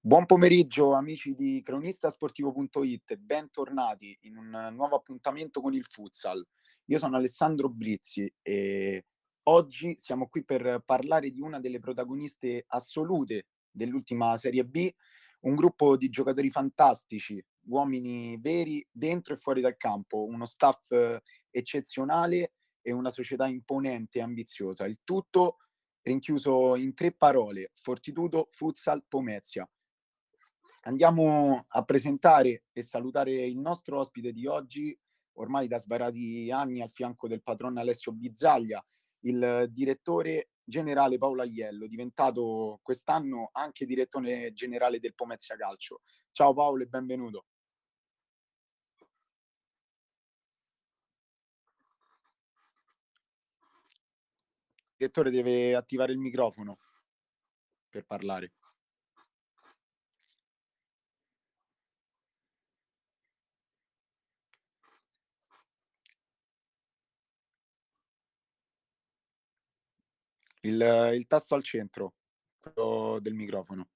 Buon pomeriggio amici di cronistasportivo.it, bentornati in un nuovo appuntamento con il futsal. Io sono Alessandro Brizzi e oggi siamo qui per parlare di una delle protagoniste assolute dell'ultima Serie B, un gruppo di giocatori fantastici, uomini veri dentro e fuori dal campo, uno staff eccezionale e una società imponente e ambiziosa. Il tutto rinchiuso in 3 parole: Fortitudo Futsal Pomezia. Andiamo a presentare e salutare il nostro ospite di oggi, ormai da svariati anni al fianco del patron Alessio Bizzaglia, il direttore generale Paolo Aiello, diventato quest'anno anche direttore generale del Pomezia Calcio. Ciao Paolo e benvenuto. Il direttore deve attivare il microfono per parlare. Il tasto al centro del microfono.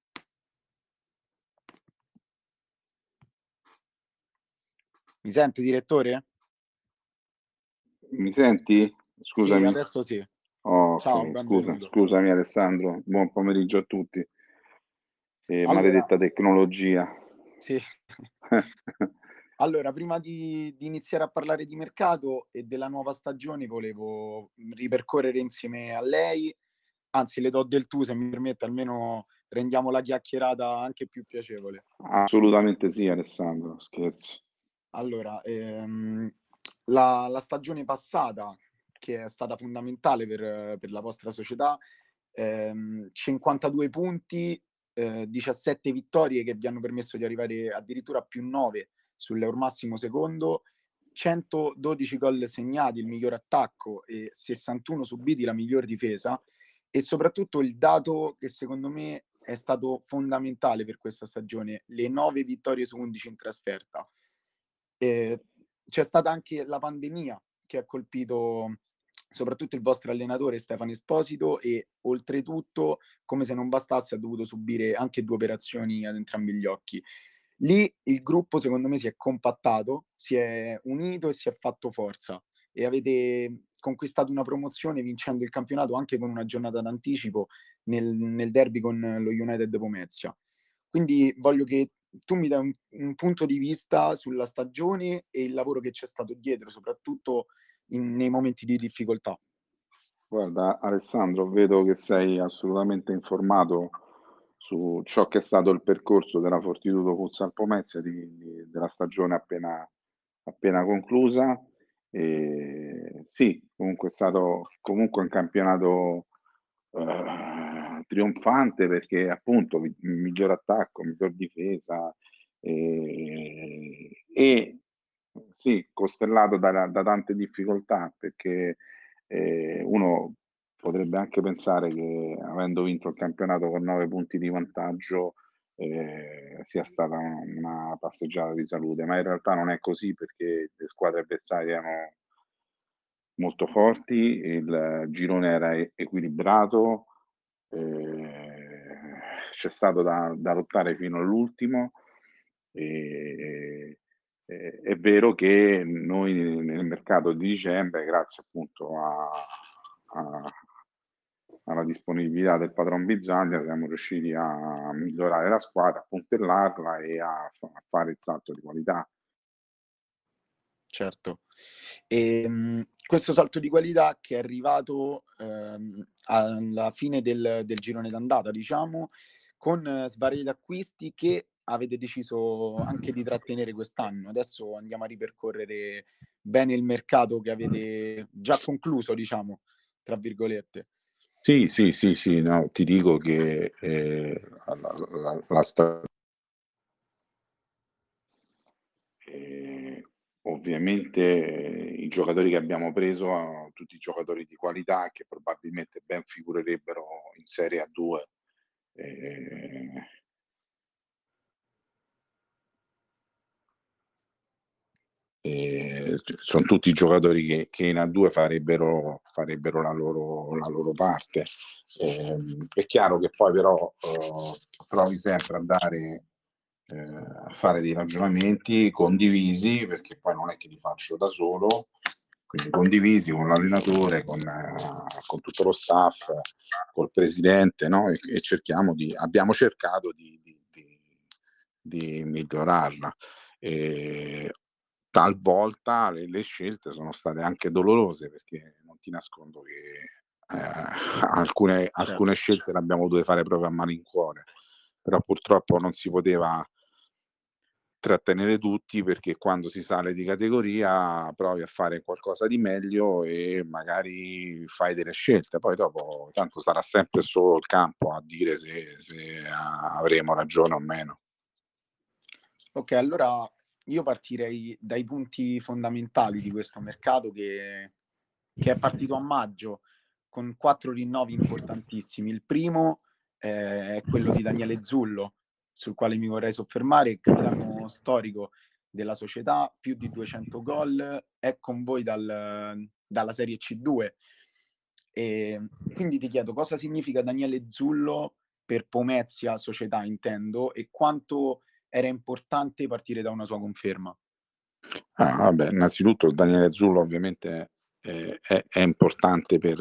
Mi sente, direttore? Mi senti? Sì, Scusami. adesso sì. Oh, Ciao, ok, benvenuto. scusami Alessandro, buon pomeriggio a tutti. Allora, Maledetta tecnologia. sì. Allora, prima di iniziare a parlare di mercato e della nuova stagione, volevo ripercorrere insieme a lei, anzi le do del tu se mi permette, almeno rendiamo la chiacchierata anche più piacevole. Assolutamente sì, Alessandro, scherzo. Allora, la stagione passata, che è stata fondamentale per la vostra società, 52 punti, 17 vittorie che vi hanno permesso di arrivare addirittura a +9 sull'Eurmassimo secondo, 112 gol segnati, il miglior attacco, e 61 subiti, la miglior difesa, e soprattutto il dato che secondo me è stato fondamentale per questa stagione: le 9 vittorie su 11 in trasferta. Ehm, C'è stata anche la pandemia che ha colpito soprattutto il vostro allenatore Stefano Esposito e oltretutto, come se non bastasse, ha dovuto subire anche 2 operazioni ad entrambi gli occhi. Lì il gruppo secondo me si è compattato, si è unito e si è fatto forza, e avete conquistato una promozione vincendo il campionato anche con una giornata d'anticipo nel derby con lo United Pomezia. Quindi voglio che tu mi dai un punto di vista sulla stagione e il lavoro che c'è stato dietro, soprattutto nei momenti di difficoltà. Guarda, Alessandro, vedo che sei assolutamente informato su ciò che è stato il percorso della Fortitudo Futsal Pomezia della stagione appena conclusa. Sì, comunque è stato comunque un campionato trionfante perché appunto miglior attacco, miglior difesa e sì, costellato da tante difficoltà perché uno potrebbe anche pensare che avendo vinto il campionato con 9 punti di vantaggio sia stata una passeggiata di salute, ma in realtà non è così perché le squadre avversarie erano molto forti, il girone era equilibrato, c'è stato da lottare fino all'ultimo. E, è vero che noi nel mercato di dicembre, grazie appunto a- alla disponibilità del patron Bizzaglia, siamo riusciti a migliorare la squadra, a puntellarla e a fare il salto di qualità. Certo. Questo salto di qualità che è arrivato, alla fine del girone d'andata, diciamo, con svariati acquisti che avete deciso anche di trattenere quest'anno. Adesso andiamo a ripercorrere bene il mercato che avete già concluso, diciamo, tra virgolette. Sì, no, ti dico che la stagione Ovviamente i giocatori che abbiamo preso, tutti giocatori di qualità che probabilmente ben figurerebbero in Serie A2. Eh, sono tutti giocatori che in A2 farebbero la loro parte. È chiaro che poi però provi sempre a dare a fare dei ragionamenti condivisi, perché poi non è che li faccio da solo, quindi condivisi con l'allenatore, con tutto lo staff, col presidente, no? E abbiamo cercato di migliorarla. Talvolta le scelte sono state anche dolorose, perché non ti nascondo che alcune scelte le abbiamo dovute fare proprio a malincuore, però purtroppo non si poteva trattenere tutti, perché quando si sale di categoria provi a fare qualcosa di meglio e magari fai delle scelte, poi dopo tanto sarà sempre solo il campo a dire se avremo ragione o meno. Ok, allora io partirei dai punti fondamentali di questo mercato che è partito a maggio con 4 rinnovi importantissimi. Il primo è quello di Daniele Zullo, sul quale mi vorrei soffermare, capitano storico della società, più di 200 gol, è con voi dalla Serie C2. E quindi ti chiedo cosa significa Daniele Zullo per Pomezia società, intendo, e quanto era importante partire da una sua conferma. Vabbè, innanzitutto Daniele Zullo ovviamente è importante per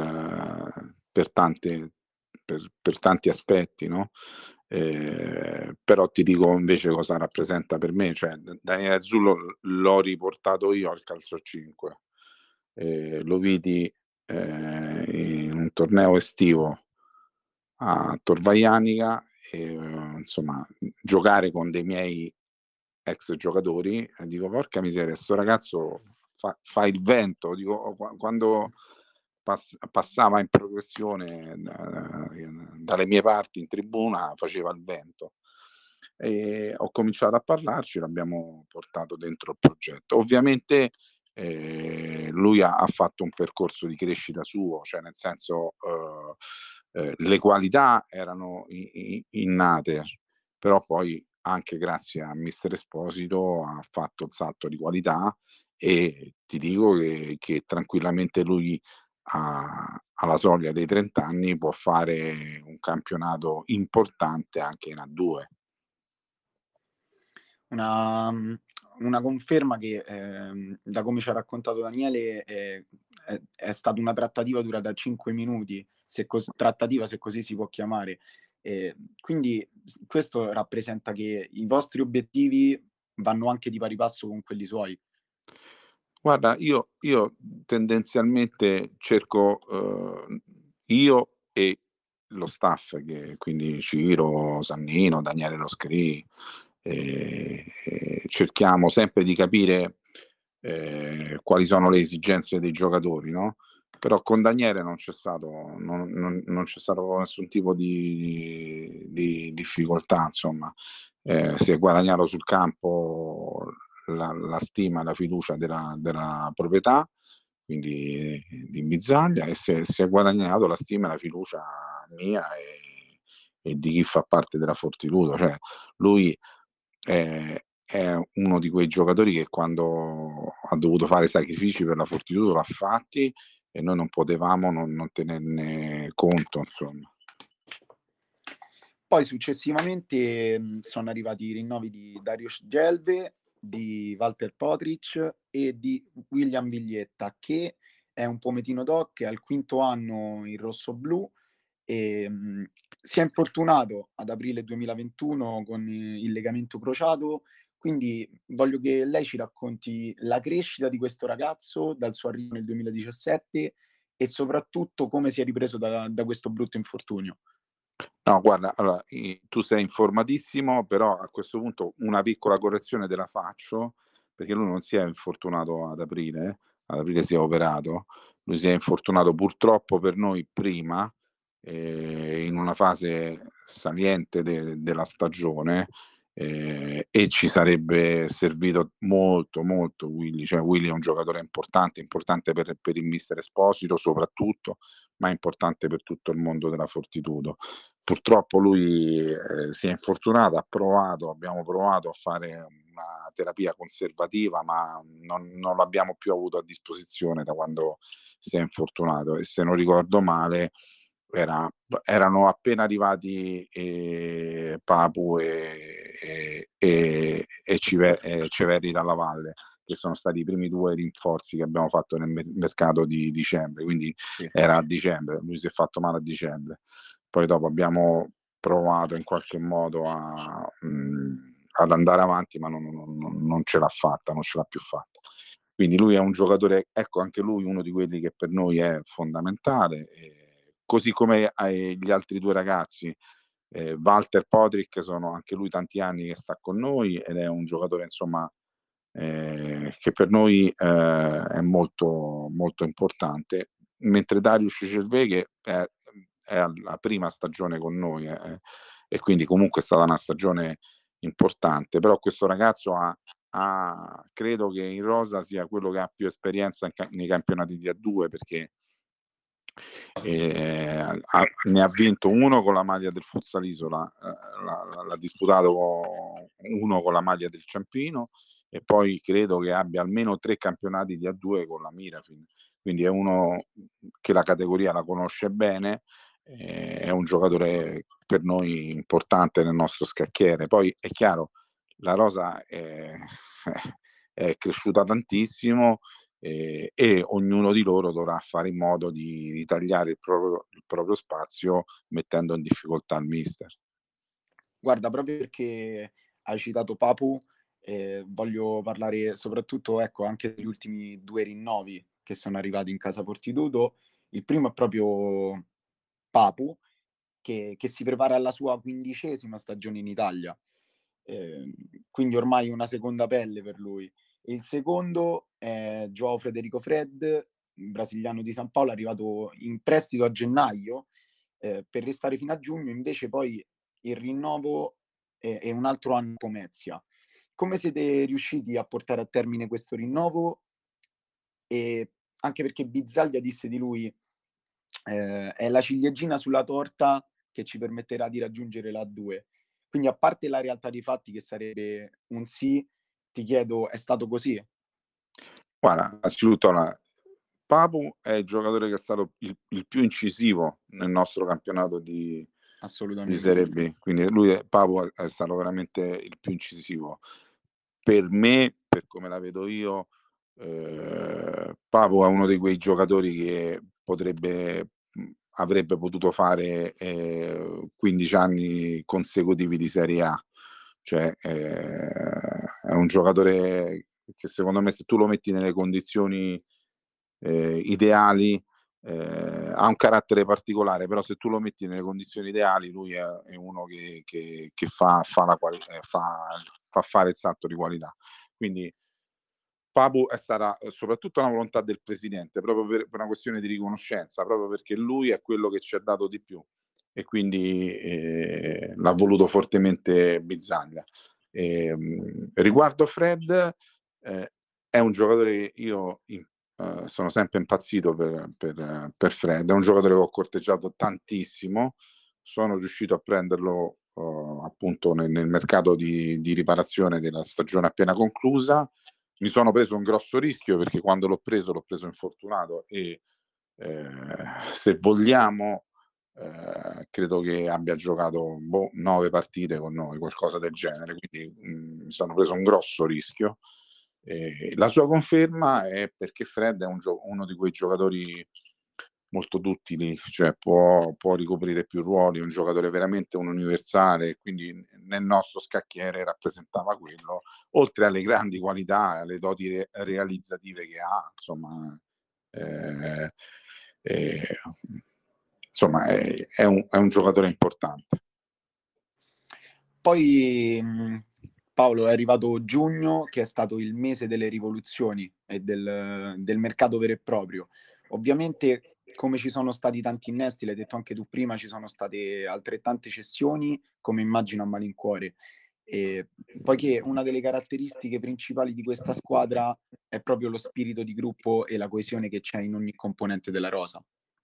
tanti aspetti, no? Però ti dico invece cosa rappresenta per me. Cioè, Daniele Zullo l'ho riportato io al calcio 5, lo vidi in un torneo estivo a Tor Vaianica, insomma, giocare con dei miei ex giocatori, e dico porca miseria, sto ragazzo fa il vento, dico, quando passava in progressione dalle mie parti in tribuna faceva il vento, e ho cominciato a parlarci, l'abbiamo portato dentro il progetto. Ovviamente lui ha fatto un percorso di crescita suo, cioè nel senso le qualità erano innate, però poi anche grazie a Mister Esposito ha fatto il salto di qualità, e ti dico che tranquillamente lui alla soglia dei 30 anni può fare un campionato importante anche in A2. Una conferma che, da come ci ha raccontato Daniele, è stata una trattativa durata 5 minuti, se così si può chiamare. Quindi questo rappresenta che i vostri obiettivi vanno anche di pari passo con quelli suoi. Guarda, io tendenzialmente cerco, io e lo staff, che quindi Ciro, Sannino, Daniele Loscri, cerchiamo sempre di capire quali sono le esigenze dei giocatori, no? Però con Daniele non c'è stato nessun tipo di difficoltà, insomma. Si è guadagnato sul campo la stima e la fiducia della proprietà, quindi di Bizzaglia, e si è guadagnato la stima e la fiducia mia e di chi fa parte della Fortitudo. Cioè, lui è uno di quei giocatori che quando ha dovuto fare sacrifici per la Fortitudo l'ha fatti, e noi non potevamo non tenerne conto, insomma. Poi successivamente sono arrivati i rinnovi di Darius Gelve, di Walter Potric e di William Viglietta, che è un pometino doc, è al 5º anno in rosso-blu e si è infortunato ad aprile 2021 con il legamento crociato, quindi voglio che lei ci racconti la crescita di questo ragazzo dal suo arrivo nel 2017 e soprattutto come si è ripreso da questo brutto infortunio. No, guarda, allora, tu sei informatissimo, però a questo punto una piccola correzione te la faccio, perché lui non si è infortunato ad aprile si è operato, lui si è infortunato purtroppo per noi prima, in una fase saliente della stagione, e ci sarebbe servito molto, molto Willy. Cioè Willy è un giocatore importante per il mister Esposito soprattutto, ma importante per tutto il mondo della Fortitudo. Purtroppo lui si è infortunato, abbiamo provato a fare una terapia conservativa, ma non l'abbiamo più avuto a disposizione da quando si è infortunato, e se non ricordo male erano appena arrivati Papu e Ceverri dalla Valle, che sono stati i primi due rinforzi che abbiamo fatto nel mercato di dicembre, quindi Sì. era a dicembre, lui si è fatto male a dicembre, poi dopo abbiamo provato in qualche modo ad andare avanti, ma non ce l'ha fatta, non ce l'ha più fatta. Quindi lui è un giocatore, ecco, anche lui uno di quelli che per noi è fondamentale, così come gli altri due ragazzi. Walter Podrick, sono anche lui tanti anni che sta con noi, ed è un giocatore, insomma, che per noi è molto, molto importante, mentre Darius Cerveghe è alla prima stagione con noi, e quindi comunque è stata una stagione importante, però questo ragazzo credo che in rosa sia quello che ha più esperienza nei campionati di A2, perché ne ha vinto uno con la maglia del Futsal Isola, l'ha disputato uno con la maglia del Ciampino, e poi credo che abbia almeno 3 campionati di A2 con la Mirafin, quindi è uno che la categoria la conosce bene, è un giocatore per noi importante nel nostro scacchiere. Poi è chiaro, la rosa è cresciuta tantissimo, e ognuno di loro dovrà fare in modo di ritagliare il proprio spazio, mettendo in difficoltà il mister. Guarda, proprio perché hai citato Papu, voglio parlare soprattutto, ecco, anche degli ultimi 2 rinnovi che sono arrivati in casa Portidudo. Il primo è proprio Papu, che si prepara alla sua 15ª stagione in Italia, quindi ormai una seconda pelle per lui. E il secondo è João Frederico Fred, brasiliano di San Paolo, arrivato in prestito a gennaio, per restare fino a giugno, invece poi il rinnovo è un altro anno a Pomezia. Come siete riusciti a portare a termine questo rinnovo? E anche perché Bizzaglia disse di lui, è la ciliegina sulla torta che ci permetterà di raggiungere la A2. Quindi, a parte la realtà dei fatti che sarebbe un sì, ti chiedo, è stato così? Guarda, innanzitutto Papu è il giocatore che è stato il più incisivo nel nostro campionato di Serie B, quindi Papu è stato veramente il più incisivo. Per me, per come la vedo io, Papu è uno di quei giocatori che avrebbe potuto fare 15 anni consecutivi di Serie A, cioè è un giocatore che secondo me, se tu lo metti nelle condizioni ideali, ha un carattere particolare, però se tu lo metti nelle condizioni ideali, lui è uno che fa fare il salto di qualità. Quindi Papu è stata soprattutto una volontà del presidente, proprio per una questione di riconoscenza, proprio perché lui è quello che ci ha dato di più, e quindi l'ha voluto fortemente Bizzaglia. Riguardo Fred, è un giocatore che io sono sempre impazzito per Fred, è un giocatore che ho corteggiato tantissimo, sono riuscito a prenderlo appunto nel mercato di riparazione della stagione appena conclusa. Mi sono preso un grosso rischio, perché quando l'ho preso infortunato, e se vogliamo credo che abbia giocato 9 partite con noi, qualcosa del genere, quindi mi sono preso un grosso rischio. La sua conferma è perché Fred è uno di quei giocatori molto duttili, cioè può ricoprire più ruoli, è un giocatore veramente un universale, quindi nel nostro scacchiere rappresentava quello, oltre alle grandi qualità, alle doti realizzative che ha, insomma, insomma è un giocatore importante. Poi, Paolo, è arrivato giugno, che è stato il mese delle rivoluzioni e del mercato vero e proprio. Ovviamente, come ci sono stati tanti innesti, l'hai detto anche tu prima, ci sono state altrettante cessioni, come immagino a malincuore. E poiché una delle caratteristiche principali di questa squadra è proprio lo spirito di gruppo e la coesione che c'è in ogni componente della rosa.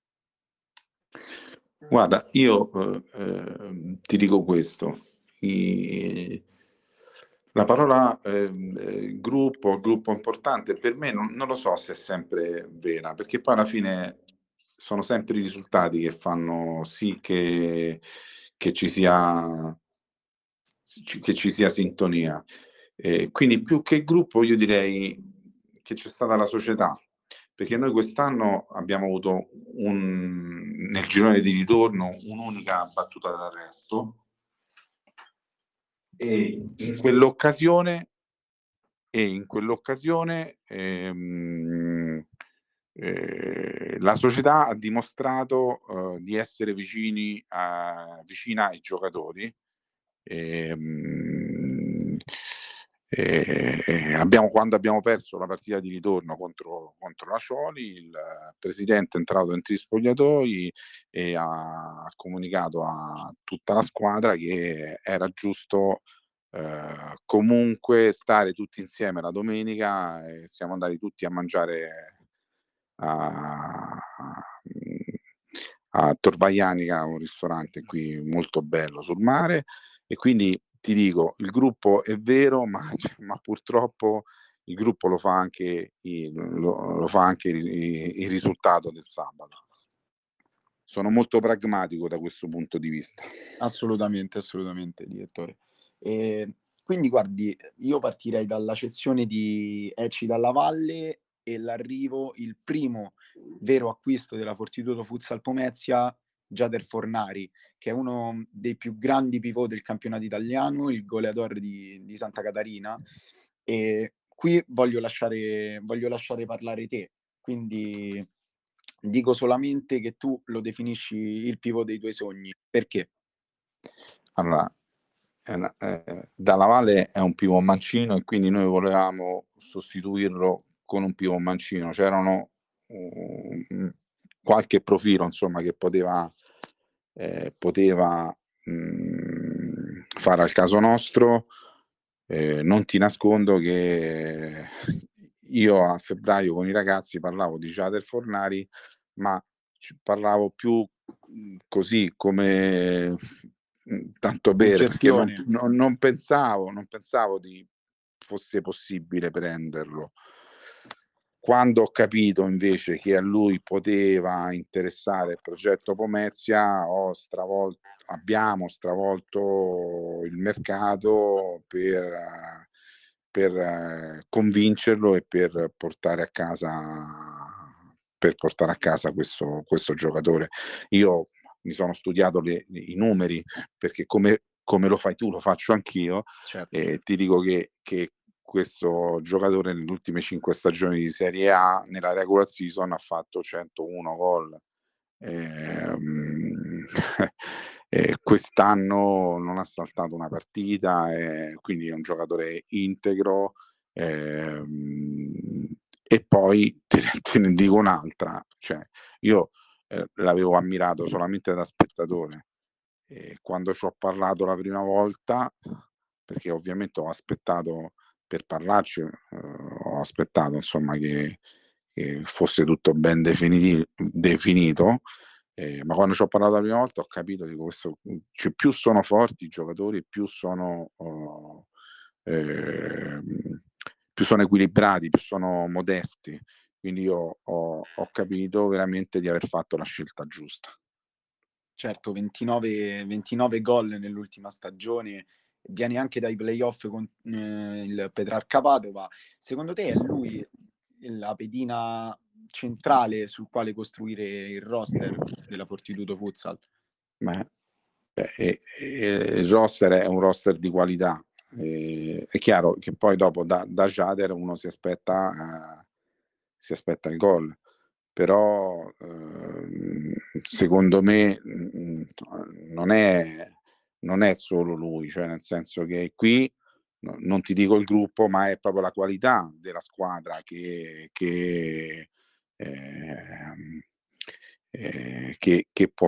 Guarda, io ti dico questo. La parola gruppo importante per me non lo so se è sempre vera, perché poi alla fine sono sempre i risultati che fanno sì che ci sia sintonia. Quindi più che gruppo io direi che c'è stata la società, perché noi quest'anno abbiamo avuto nel girone di ritorno un'unica battuta d'arresto e in quell'occasione la società ha dimostrato di essere vicina ai giocatori. Quando abbiamo perso la partita di ritorno contro la Cioli, il presidente è entrato dentro gli spogliatoi e ha comunicato a tutta la squadra che era giusto comunque stare tutti insieme la domenica, e siamo andati tutti a mangiare a Torvaiani, che è un ristorante qui molto bello sul mare, e quindi ti dico, il gruppo è vero, ma purtroppo il gruppo lo fa anche il risultato del sabato. Sono molto pragmatico da questo punto di vista. Assolutamente, direttore. Quindi guardi, io partirei dalla cessione di Ecci Dalla Valle e il primo vero acquisto della Fortitudo Futsal Pomezia, Jader Fornari, che è uno dei più grandi pivot del campionato italiano, il goleador di Santa Catarina. E qui voglio lasciare parlare te, quindi dico solamente che tu lo definisci il pivot dei tuoi sogni. Perché? Allora, Dalla Valle è un pivot mancino e quindi noi volevamo sostituirlo con un pivot mancino. C'erano qualche profilo, insomma, che poteva fare al caso nostro. Non ti nascondo che io a febbraio con i ragazzi parlavo di Jader Fornari, ma parlavo più così come tanto per, perché non pensavo di fosse possibile prenderlo. Quando ho capito invece che a lui poteva interessare il progetto Pomezia, abbiamo stravolto il mercato per convincerlo e per portare a casa questo giocatore. Io mi sono studiato i numeri, perché come lo fai tu lo faccio anch'io. Certo. E ti dico che questo giocatore nelle ultime 5 stagioni di Serie A nella regular season ha fatto 101 gol. Quest'anno non ha saltato una partita, quindi è un giocatore integro. E poi te ne dico un'altra, cioè io l'avevo ammirato solamente da spettatore, quando ci ho parlato la prima volta, perché ovviamente ho aspettato per parlarci, ho aspettato insomma che fosse tutto ben definito, ma quando ci ho parlato la prima volta ho capito, dico, cioè, più sono forti i giocatori, più sono equilibrati, più sono modesti, quindi io ho capito veramente di aver fatto la scelta giusta. Certo, 29 gol nell'ultima stagione, viene anche dai playoff con il Petrarca Padova. Secondo te è lui la pedina centrale sul quale costruire il roster della Fortitudo Futsal? Il roster è un roster di qualità. È chiaro che poi dopo da Jader uno si aspetta il gol, però secondo me non è solo lui, cioè nel senso che qui non ti dico il gruppo, ma è proprio la qualità della squadra che può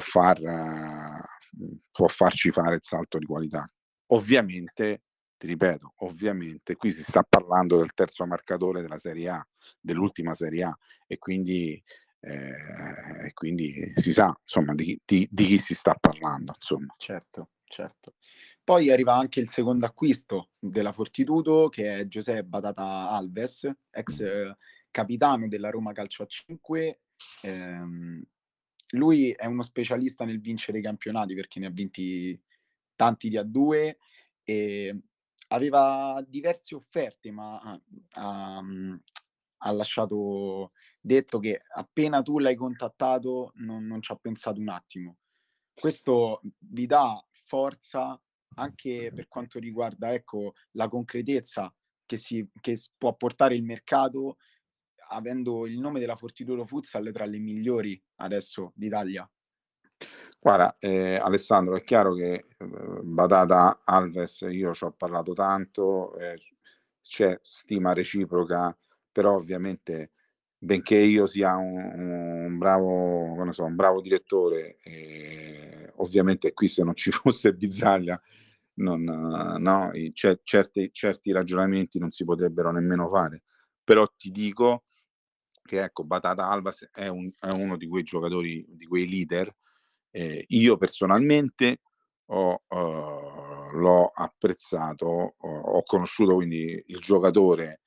farci fare il salto di qualità. Ovviamente, ti ripeto, qui si sta parlando del terzo marcatore della Serie A, dell'ultima Serie A, e quindi si sa insomma di chi si sta parlando, insomma. Certo. certo. Poi arriva anche il secondo acquisto della Fortitudo, che è José Batata Alves, ex capitano della Roma Calcio a 5. Lui è uno specialista nel vincere i campionati, perché ne ha vinti tanti di A2, e aveva diverse offerte, ma ha lasciato detto che appena tu l'hai contattato non ci ha pensato un attimo. Questo vi dà forza anche per quanto riguarda, ecco, la concretezza che può portare il mercato, avendo il nome della Fortitudo Futsal tra le migliori adesso d'Italia. Guarda, Alessandro, è chiaro che Batata Alves, io ci ho parlato tanto, c'è stima reciproca, però ovviamente, benché io sia un bravo, non so, un bravo direttore, ovviamente qui se non ci fosse Bizzaglia, no, certi ragionamenti non si potrebbero nemmeno fare. Però ti dico che ecco, Batata Alves è uno di quei giocatori, di quei leader. Io personalmente l'ho apprezzato, ho conosciuto quindi il giocatore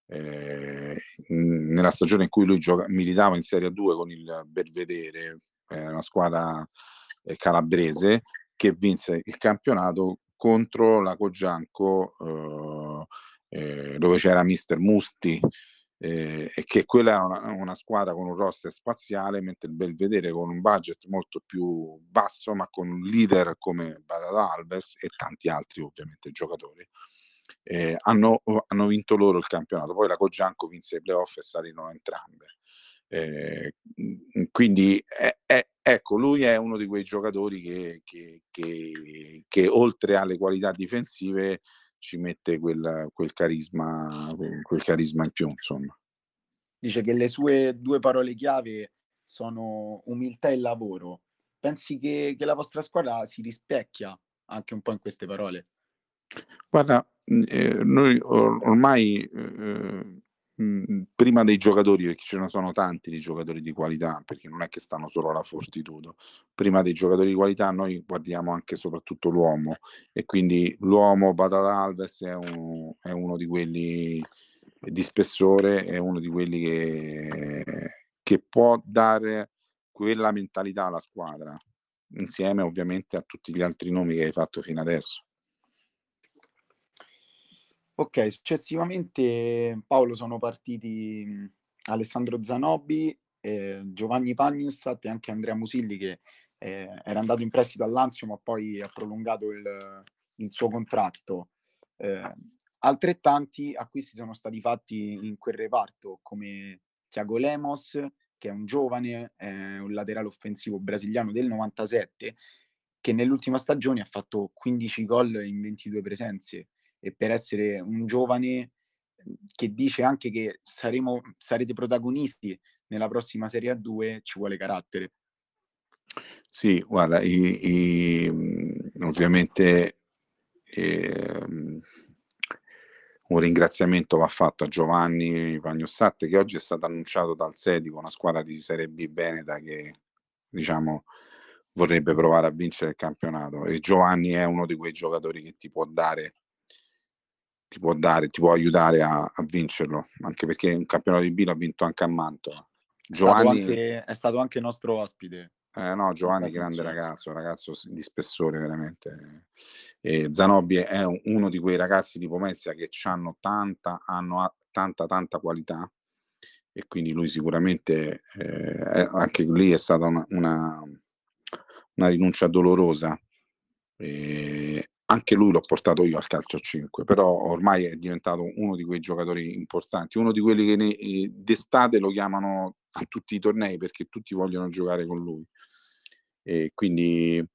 nella stagione in cui lui militava in Serie A2 con il Belvedere, una squadra calabrese, che vinse il campionato contro la Cogianco, dove c'era Mister Musti, e che quella era una squadra con un roster spaziale, mentre il Belvedere con un budget molto più basso, ma con un leader come Batata Alves e tanti altri ovviamente giocatori, hanno vinto loro il campionato. Poi la Cogianco vinse i playoff e salirono entrambe. Quindi ecco, lui è uno di quei giocatori che oltre alle qualità difensive ci mette quel carisma in più, insomma. Dice che le sue 2 parole chiave sono umiltà e lavoro. Pensi che la vostra squadra si rispecchia anche un po' in queste parole? Guarda, noi ormai prima dei giocatori, perché ce ne sono tanti di giocatori di qualità, perché non è che stanno solo alla Fortitudo, prima dei giocatori di qualità noi guardiamo anche e soprattutto l'uomo, e quindi l'uomo Batata Alves è uno di quelli di spessore, è uno di quelli che può dare quella mentalità alla squadra, insieme ovviamente a tutti gli altri nomi che hai fatto fino adesso. Ok, successivamente Paolo sono partiti Alessandro Zanobi, Giovanni Pagnusat e anche Andrea Musilli, che era andato in prestito all'Anzio ma poi ha prolungato il suo contratto. Altrettanti acquisti sono stati fatti in quel reparto, come Thiago Lemos, che è un giovane, un laterale offensivo brasiliano del 97, che nell'ultima stagione ha fatto 15 gol in 22 presenze, e per essere un giovane che dice anche che sarete protagonisti nella prossima Serie A2, ci vuole carattere. Sì, guarda, ovviamente un ringraziamento va fatto a Giovanni Pagnossat, che oggi è stato annunciato dal Sedico, una squadra di Serie B veneta che, diciamo, vorrebbe provare a vincere il campionato, e Giovanni è uno di quei giocatori che ti può aiutare a vincerlo, anche perché un campionato di B l'ha vinto anche a Mantova. È stato anche nostro ospite. No, Giovanni, grande ragazzo di spessore veramente. Zanobi è uno di quei ragazzi di Pomezia che hanno tanta qualità, e quindi lui sicuramente anche lì è stata una rinuncia dolorosa. Anche lui l'ho portato io al calcio a 5, però ormai è diventato uno di quei giocatori importanti, uno di quelli che d'estate lo chiamano a tutti i tornei perché tutti vogliono giocare con lui. E quindi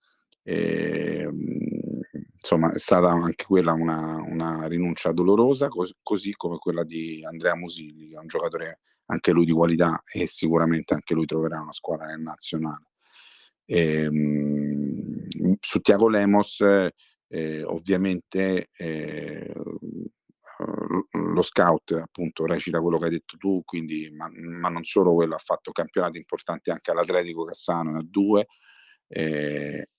insomma è stata anche quella una rinuncia dolorosa, così come quella di Andrea Musilli, che è un giocatore anche lui di qualità, e sicuramente anche lui troverà una squadra nel nazionale. Su Thiago Lemos ovviamente lo scout appunto recita quello che hai detto tu, quindi, ma non solo quello, ha fatto campionati importanti anche all'Atletico Cassano, a 2,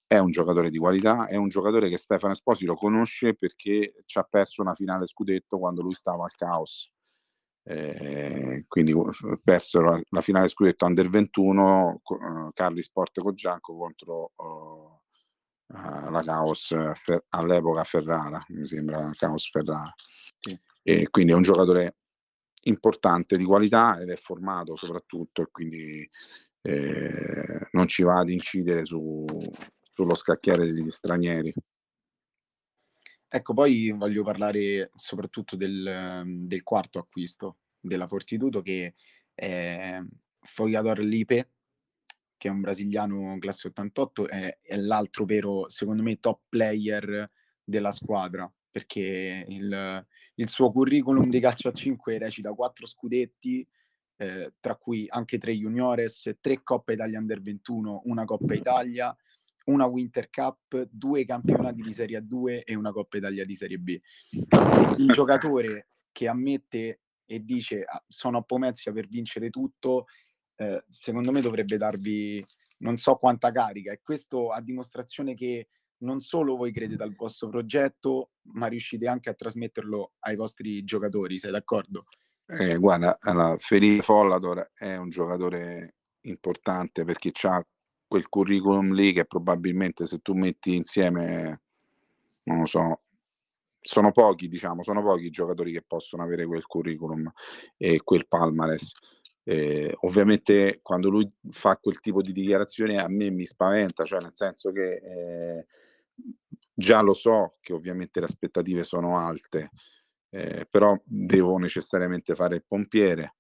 è un giocatore di qualità, è un giocatore che Stefano Esposito conosce perché ci ha perso una finale scudetto quando lui stava al Caos. Quindi persero la finale scudetto Under 21 Carli Sport Cogianco contro la Caos all'epoca Ferrara, mi sembra Caos Ferrara. Sì. E quindi è un giocatore importante di qualità ed è formato soprattutto, e quindi non ci va ad incidere sullo scacchiere degli stranieri. Ecco, poi voglio parlare soprattutto del quarto acquisto della Fortitudo, che è Fogliador Lipe, che è un brasiliano classe 88, è l'altro vero, secondo me, top player della squadra, perché il suo curriculum di calcio a 5 recita 4 scudetti, tra cui anche 3 juniores, 3 Coppa Italia Under 21, una Coppa Italia, una Winter Cup, 2 campionati di Serie A2 e una Coppa Italia di Serie B. Il giocatore che ammette e dice sono a Pomezia per vincere tutto, secondo me dovrebbe darvi non so quanta carica, e questo a dimostrazione che non solo voi credete al vostro progetto, ma riuscite anche a trasmetterlo ai vostri giocatori, sei d'accordo? Guarda, Felipe Follador è un giocatore importante perché ha quel curriculum lì che probabilmente, se tu metti insieme, non lo so, sono pochi i giocatori che possono avere quel curriculum e quel palmarès. Ovviamente quando lui fa quel tipo di dichiarazione a me mi spaventa, cioè nel senso che già lo so che ovviamente le aspettative sono alte, però devo necessariamente fare il pompiere.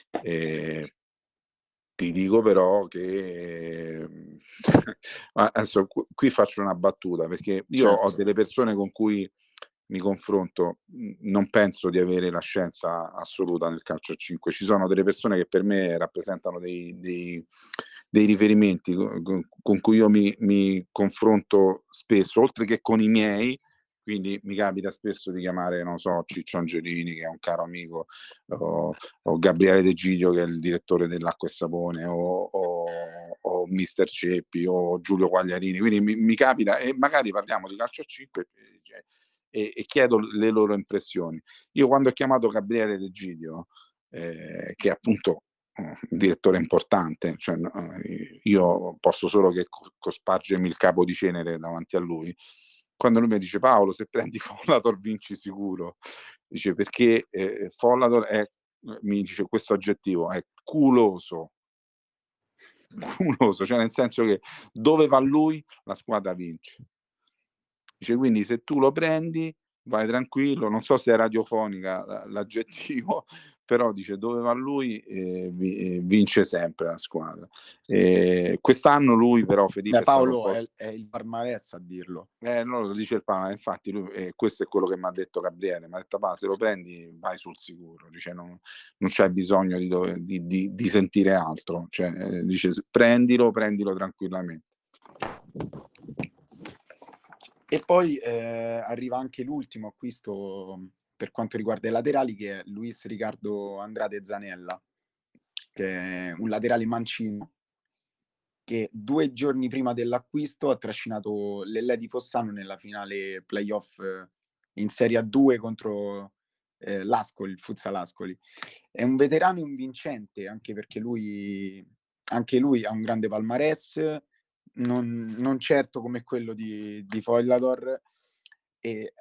Ti dico però che adesso qui faccio una battuta, perché io Certo. ho delle persone con cui mi confronto, non penso di avere la scienza assoluta nel calcio a 5. Ci sono delle persone che per me rappresentano dei riferimenti con cui io mi confronto spesso, oltre che con i miei. Quindi mi capita spesso di chiamare, non so, Ciccio Angelini, che è un caro amico, o Gabriele De Giglio, che è il direttore dell'Acqua e Sapone, o Mister Ceppi, o Giulio Quagliarini. Quindi mi capita, e magari parliamo di calcio a 5 e chiedo le loro impressioni. Io quando ho chiamato Gabriele De Giglio, che è appunto un direttore importante, cioè, io posso solo che cospargermi il capo di cenere davanti a lui. Quando lui mi dice: Paolo, se prendi Follador vinci sicuro, dice, perché Follador è, mi dice questo aggettivo, è culoso, cioè nel senso che dove va lui la squadra vince. Dice, quindi se tu lo prendi vai tranquillo, non so se è radiofonica l'aggettivo, però dice dove va lui vince sempre la squadra. Quest'anno lui però, Felipe, Paolo è il palmarès a dirlo. No, lo dice il Parma, infatti lui, questo è quello che mi ha detto Gabriele, mi ha detto se lo prendi vai sul sicuro, dice, non c'è bisogno di sentire altro, cioè, dice prendilo tranquillamente. E poi arriva anche l'ultimo acquisto per quanto riguarda i laterali, che è Luis Ricardo Andrade Zanella, che è un laterale mancino che 2 giorni prima dell'acquisto ha trascinato l'Ellè di Fossano nella finale playoff in Serie A2 contro l'Ascoli, il Futsal Ascoli. È un veterano e un vincente, anche perché anche lui ha un grande palmarès, non certo come quello di Fogliador. E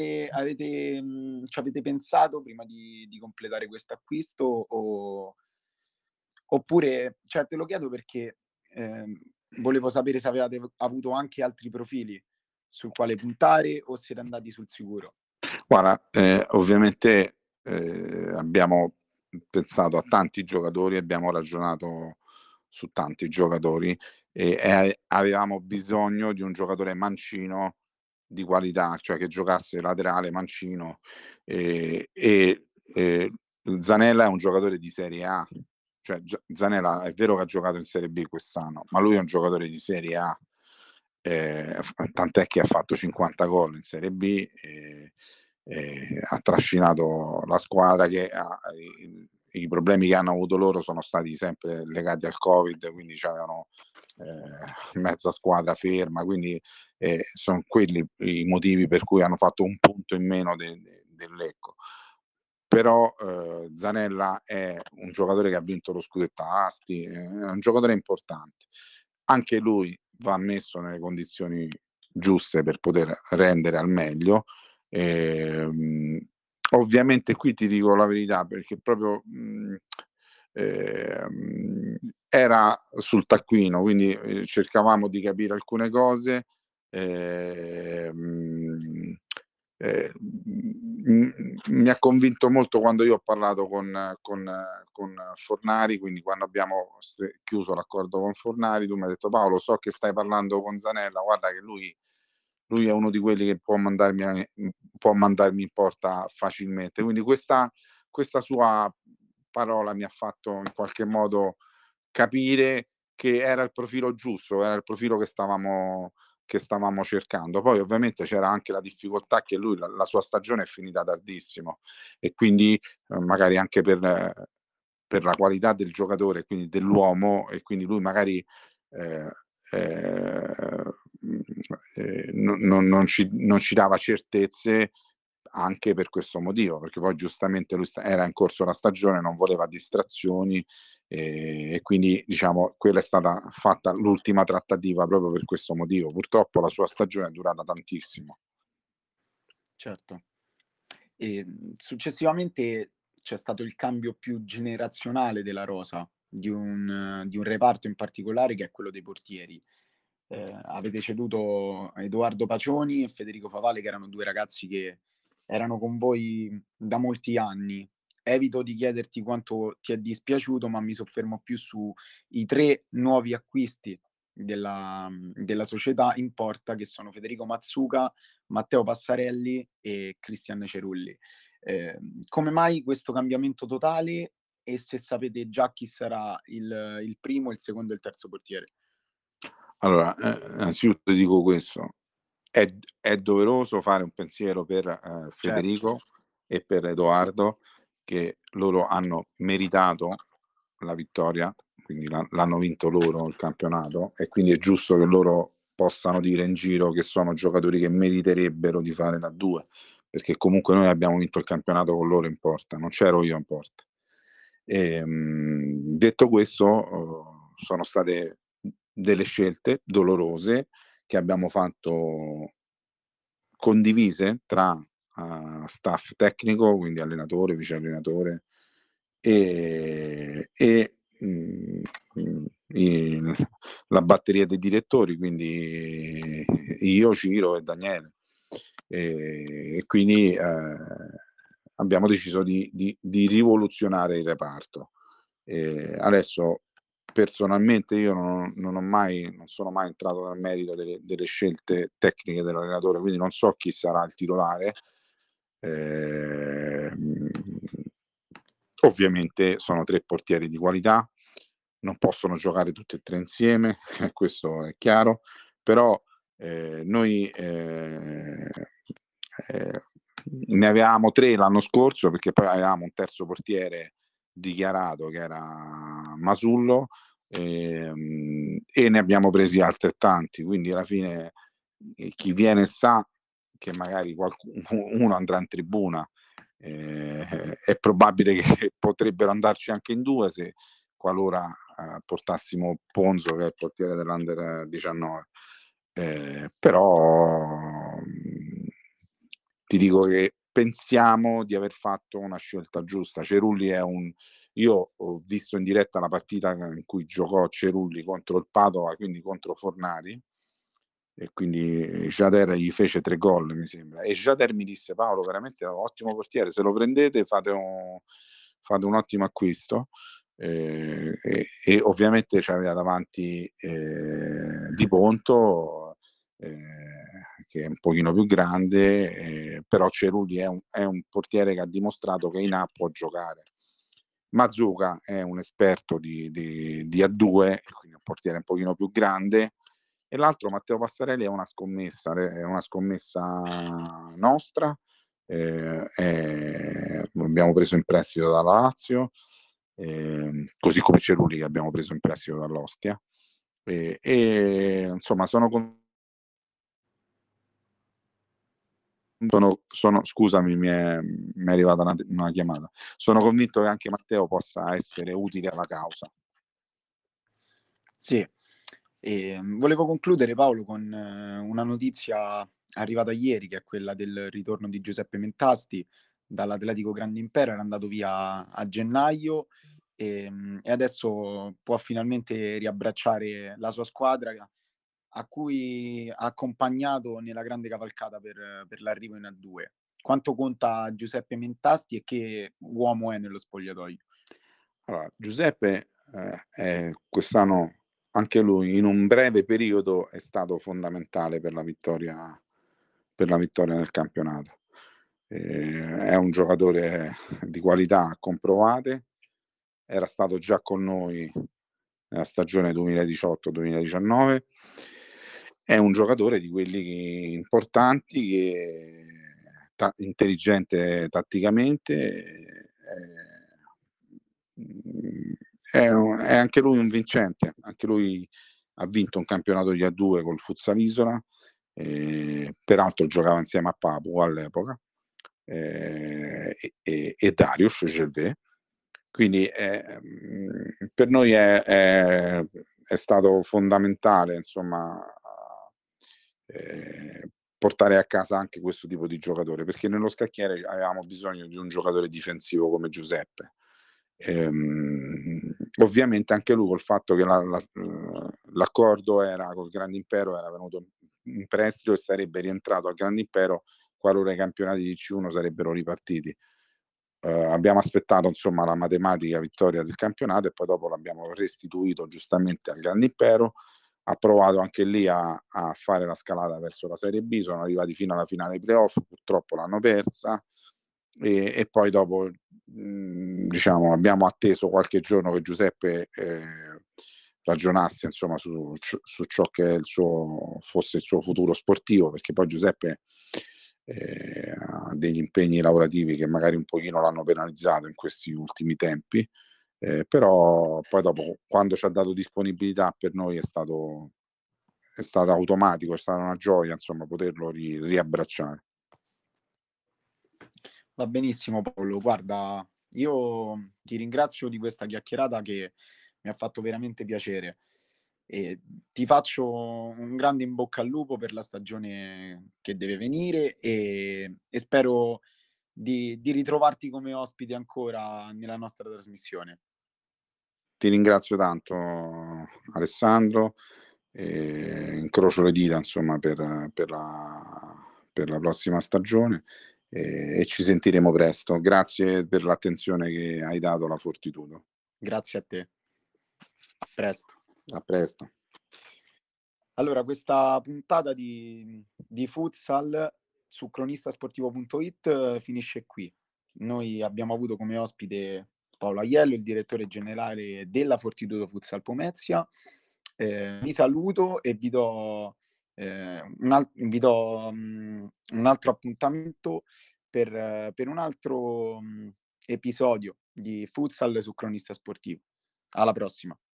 ci avete pensato prima di completare questo acquisto, oppure, cioè, te lo chiedo perché volevo sapere se avevate avuto anche altri profili sul quale puntare o siete andati sul sicuro? Guarda, ovviamente abbiamo pensato a tanti giocatori, abbiamo ragionato su tanti giocatori e avevamo bisogno di un giocatore mancino di qualità, cioè che giocasse laterale mancino, e Zanella è un giocatore di Serie A, cioè Zanella è vero che ha giocato in Serie B quest'anno, ma lui è un giocatore di Serie A, tant'è che ha fatto 50 gol in Serie B, ha trascinato la squadra che i problemi che hanno avuto loro sono stati sempre legati al Covid, quindi avevano mezza squadra ferma, quindi sono quelli i motivi per cui hanno fatto un punto in meno del Lecco. Però Zanella è un giocatore che ha vinto lo scudetto a Asti, è un giocatore importante. Anche lui va messo nelle condizioni giuste per poter rendere al meglio. Ovviamente qui ti dico la verità, perché proprio era sul taccuino, quindi cercavamo di capire alcune cose. Mi ha convinto molto quando io ho parlato con Fornari, quindi quando abbiamo chiuso l'accordo con Fornari, tu mi hai detto: Paolo, so che stai parlando con Zanella, guarda che lui è uno di quelli che può mandarmi in porta facilmente. Quindi questa sua parola mi ha fatto in qualche modo capire che era il profilo giusto, era il profilo che stavamo cercando. Poi ovviamente c'era anche la difficoltà che lui la sua stagione è finita tardissimo, e quindi magari anche per la qualità del giocatore, quindi dell'uomo, e quindi lui magari non ci dava certezze anche per questo motivo, perché poi giustamente lui era in corso la stagione, non voleva distrazioni, e quindi diciamo quella è stata fatta l'ultima trattativa proprio per questo motivo. Purtroppo la sua stagione è durata tantissimo. Certo. E successivamente c'è stato il cambio più generazionale della rosa, di un reparto in particolare, che è quello dei portieri. Avete ceduto Edoardo Pacioni e Federico Favale, che erano 2 ragazzi che erano con voi da molti anni. Evito di chiederti quanto ti è dispiaciuto, ma mi soffermo più sui 3 nuovi acquisti della società in porta, che sono Federico Mazzuca, Matteo Passarelli e Cristian Cerulli. Come mai questo cambiamento totale, e se sapete già chi sarà il primo, il secondo e il terzo portiere? Allora, innanzitutto dico questo: è doveroso fare un pensiero per Federico e per Edoardo, che loro hanno meritato la vittoria, quindi l'hanno vinto loro il campionato, e quindi è giusto che loro possano dire in giro che sono giocatori che meriterebbero di fare la 2, perché comunque noi abbiamo vinto il campionato con loro in porta, non c'ero io in porta. Detto questo, sono state delle scelte dolorose che abbiamo fatto condivise tra staff tecnico, quindi allenatore, vice allenatore e la batteria dei direttori, quindi io, Ciro e Daniele. E quindi abbiamo deciso di rivoluzionare il reparto. Adesso personalmente io non sono mai entrato nel merito delle scelte tecniche dell'allenatore, quindi non so chi sarà il titolare. Ovviamente sono 3 portieri di qualità, non possono giocare tutti e 3 insieme, questo è chiaro, però noi ne avevamo 3 l'anno scorso, perché poi avevamo un terzo portiere dichiarato che era Masullo, e ne abbiamo presi altrettanti, quindi alla fine chi viene sa che magari uno andrà in tribuna. È probabile che potrebbero andarci anche in 2 se qualora portassimo Ponzo, che è il portiere dell'Under 19. Però ti dico che pensiamo di aver fatto una scelta giusta. Cerulli io ho visto in diretta la partita in cui giocò Cerulli contro il Padova, quindi contro Fornari, e quindi Jader gli fece 3 gol, mi sembra, e Jader mi disse: Paolo, veramente è un ottimo portiere, se lo prendete fate un ottimo acquisto. E ovviamente c'aveva davanti Di Ponto, che è un pochino più grande, però Cerulli è un portiere che ha dimostrato che in A può giocare. Mazzuca è un esperto di A2, quindi un portiere un pochino più grande, e l'altro, Matteo Passarelli, è una scommessa nostra. L'abbiamo preso in prestito dalla Lazio, così come Cerulli, che abbiamo preso in prestito dall'Ostia. Insomma scusami, mi è arrivata una chiamata. Sono convinto che anche Matteo possa essere utile alla causa. Sì, volevo concludere, Paolo, con una notizia arrivata ieri, che è quella del ritorno di Giuseppe Mentasti dall'Atletico Grande Impero. Era andato via a gennaio e adesso può finalmente riabbracciare la sua squadra, a cui ha accompagnato nella grande cavalcata per l'arrivo in A2. Quanto conta Giuseppe Mentasti e che uomo è nello spogliatoio? Allora, Giuseppe quest'anno anche lui in un breve periodo è stato fondamentale per la vittoria nel campionato. È un giocatore di qualità comprovate, era stato già con noi nella stagione 2018-2019, è un giocatore di quelli importanti, che intelligente tatticamente, è anche lui un vincente, anche lui ha vinto un campionato di A2 col Futsal Isola, peraltro giocava insieme a Papu all'epoca, e Darius Gervais. Quindi per noi è stato fondamentale, insomma, portare a casa anche questo tipo di giocatore, perché nello scacchiere avevamo bisogno di un giocatore difensivo come Giuseppe. Ovviamente anche lui, col fatto che l'accordo era col Grande Impero, era venuto in prestito e sarebbe rientrato al Grande Impero qualora i campionati di C1 sarebbero ripartiti. Abbiamo aspettato, insomma, la matematica vittoria del campionato e poi dopo l'abbiamo restituito giustamente al Grande Impero. Ha provato anche lì a fare la scalata verso la Serie B, sono arrivati fino alla finale dei playoff, purtroppo l'hanno persa, e poi dopo diciamo abbiamo atteso qualche giorno che Giuseppe ragionasse, insomma, su ciò che è fosse il suo futuro sportivo, perché poi Giuseppe ha degli impegni lavorativi che magari un pochino l'hanno penalizzato in questi ultimi tempi, però poi dopo, quando ci ha dato disponibilità, per noi è stato automatico, è stata una gioia, insomma, poterlo riabbracciare. Va benissimo, Paolo. Guarda, io ti ringrazio di questa chiacchierata che mi ha fatto veramente piacere e ti faccio un grande in bocca al lupo per la stagione che deve venire e spero di ritrovarti come ospite ancora nella nostra trasmissione. Ti ringrazio tanto, Alessandro, incrocio le dita, insomma, per la prossima stagione, e ci sentiremo presto. Grazie per l'attenzione che hai dato alla Fortitudo. Grazie a te. A presto. A presto. Allora, questa puntata di futsal su cronistasportivo.it finisce qui. Noi abbiamo avuto come ospite Paolo Aiello, il direttore generale della Fortitudo Futsal Pomezia. Vi saluto e vi do un altro appuntamento per un altro episodio di futsal su Cronista Sportivo. Alla prossima.